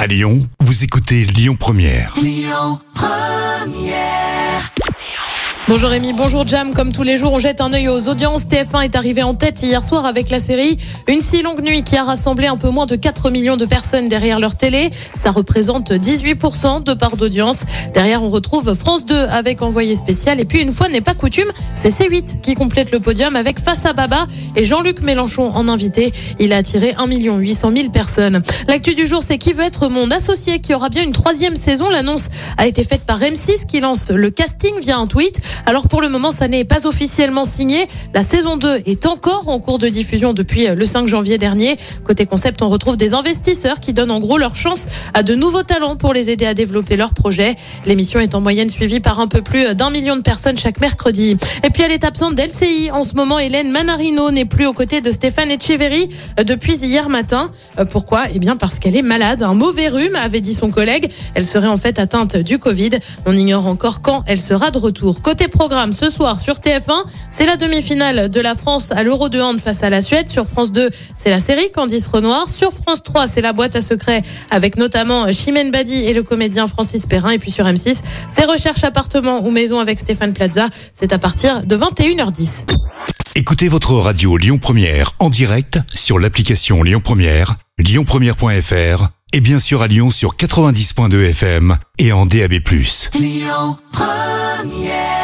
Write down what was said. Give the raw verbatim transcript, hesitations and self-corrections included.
À Lyon, vous écoutez Lyon Première. Lyon Première. Bonjour Rémi, bonjour Jam. Comme tous les jours, on jette un œil aux audiences. T F un est arrivé en tête hier soir avec la série Une si longue nuit qui a rassemblé un peu moins de quatre millions de personnes derrière leur télé. Ça représente dix-huit pour cent de part d'audience. Derrière, on retrouve France deux avec Envoyé spécial. Et puis, une fois n'est pas coutume, c'est C huit qui complète le podium avec Face à Baba et Jean-Luc Mélenchon en invité. Il a attiré un million huit cent mille personnes. L'actu du jour, c'est Qui veut être mon associé qui aura bien une troisième saison. L'annonce a été faite par M six qui lance le casting via un tweet. Alors pour le moment, ça n'est pas officiellement signé. La saison deux est encore en cours de diffusion depuis le cinq janvier dernier. Côté concept, on retrouve des investisseurs qui donnent en gros leur chance à de nouveaux talents pour les aider à développer leur projet. L'émission est en moyenne suivie par un peu plus d'un million de personnes chaque mercredi. Et puis elle est absente d'L C I. En ce moment, Hélène Manarino n'est plus aux côtés de Stéphane Etcheverry depuis hier matin. Pourquoi ? Eh bien parce qu'elle est malade. Un mauvais rhume, avait dit son collègue. Elle serait en fait atteinte du Covid. On ignore encore quand elle sera de retour. Côté programme, ce soir sur T F un, c'est la demi-finale de la France à l'Euro de hand face à la Suède. Sur France deux, c'est la série Candice Renoir. Sur France trois, c'est la boîte à secrets avec notamment Chimène Badi et le comédien Francis Perrin. Et puis sur M six, c'est Recherche appartement ou maison avec Stéphane Plaza. C'est à partir de vingt et une heures dix. Écoutez votre radio Lyon Première en direct sur l'application Lyon Première, lyon première point f r et bien sûr à Lyon sur quatre-vingt-dix point deux F M et en D A B plus. Lyon Première.